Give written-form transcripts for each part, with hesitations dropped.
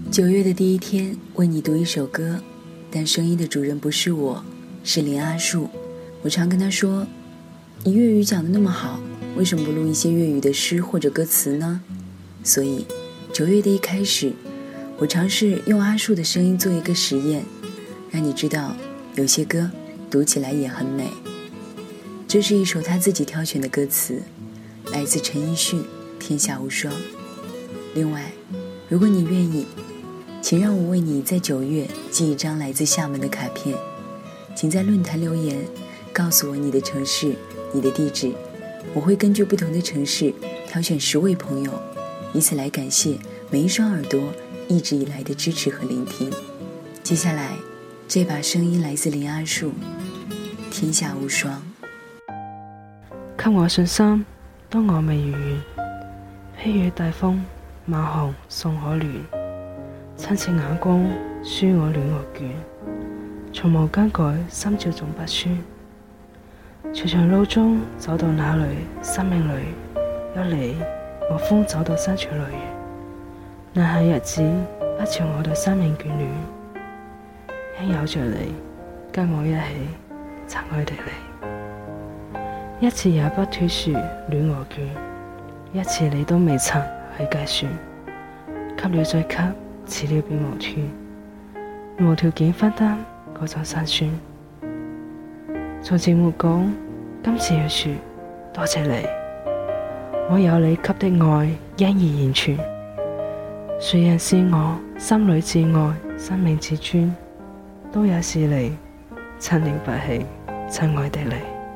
9月的第一天，为你读一首歌，但声音的主人不是我，是林阿树。我常跟他说，你粤语讲得那么好，为什么不录一些粤语的诗或者歌词呢？所以9月的一开始，我尝试用阿树的声音做一个实验，让你知道有些歌读起来也很美。这是一首他自己挑选的歌词，来自陈奕迅《天下无双》。另外，如果你愿意，请让我为你在9月寄一张来自厦门的卡片，请在论坛留言告诉我你的城市、你的地址，我会根据不同的城市挑选10位朋友，以此来感谢每一双耳朵一直以来的支持和聆听。接下来这把声音来自林阿树，天下无双。 給我信心，當我未如願，披雨大風，馬航送可戀，親切眼光書我戀我倦，從無更改，心照總不酸。長長路中走到哪裏，生命裏有你，和風走到山泉裏，難行日子不照我對生命眷戀，因有着你跟我一起親愛的你。一次也不脫說戀和倦，一次你都未曾去計算，給了再給，遲了便無斷，無條件分擔嗰種辛酸。從前沒講，今次要說多謝你，我有你給的愛因而現存。誰人是我心裏至愛，生命至尊，都也是你親了不起，親愛的你。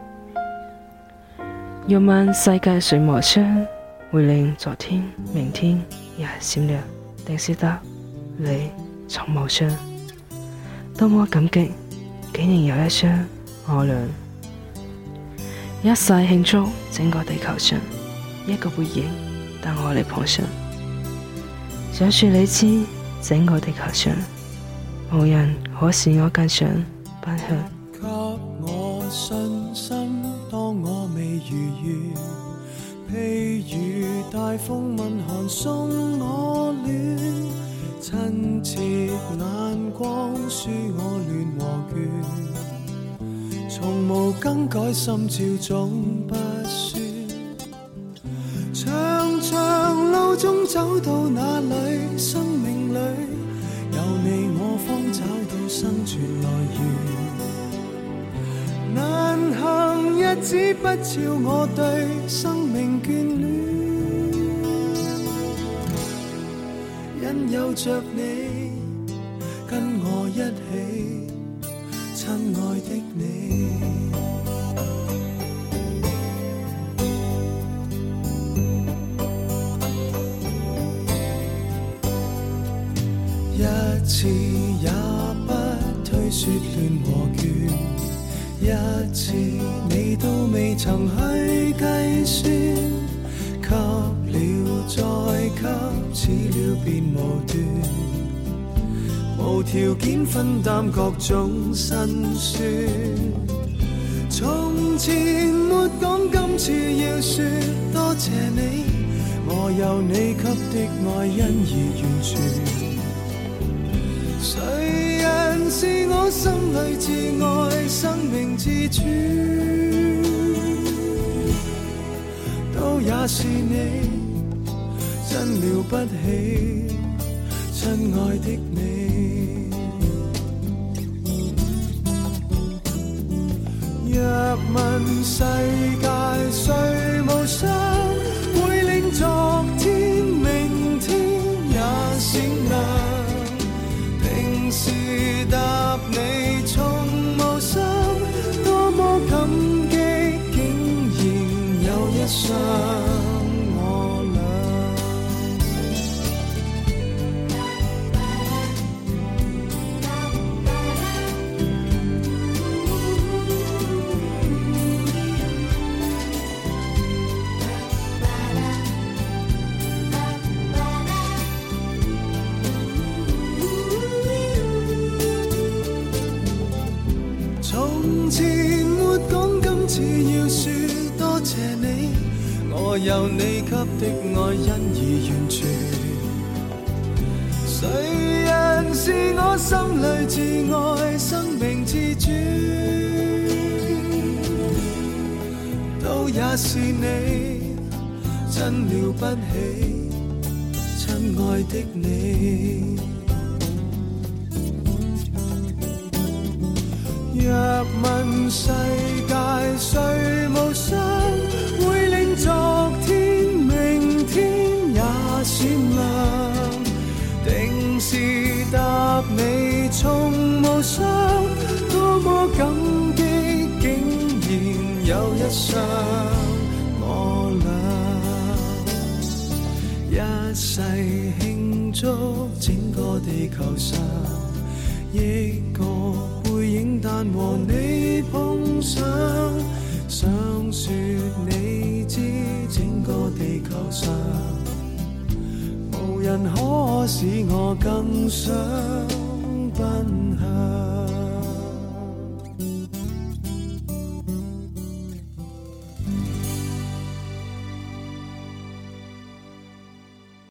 若問世界誰無雙，會令昨天明天也閃亮，定是得你從無雙。多麼感激竟然有一雙我倆，一世慶祝整個地球上一個背影等我嚟捧上。想說你知，整個地球上無人可使我更想奔向。 給我信心，當我未如願，披雨大風問寒送我戀，親切眼光書我戀和倦，從無更改，心照總不酸。長長路中走到哪裏，生命裏有你我方找到生存來源。難行日子不照我對生命眷戀，因有着你跟我一起，親愛的你。一次也不推說戀和倦，一次你都未曾去計算，給了再給，遲了便無斷，無條件分擔各種辛酸。從前沒講，今次要說多謝你，我有你給的愛因而完全。誰人是我心裏至愛，生命至尊，都也是你，真了不起，親愛的你。若問世界誰無雙，會令昨天明天也閃亮。是答你從無心，多麼感激，竟然有一雙我倆。從前沒講，今次要說多謝你，我有你給的愛因而完全。誰是我心裏至愛，生命之主，都也是你，真了不起，親愛的你。若問世界誰無雙，會令昨天明天也閃亮，定是答你從無雙，多麼感激竟然有一雙我倆，一世慶祝整個地球上億個背影，但和你碰上，想說你知整個地球上無人可使我更想奔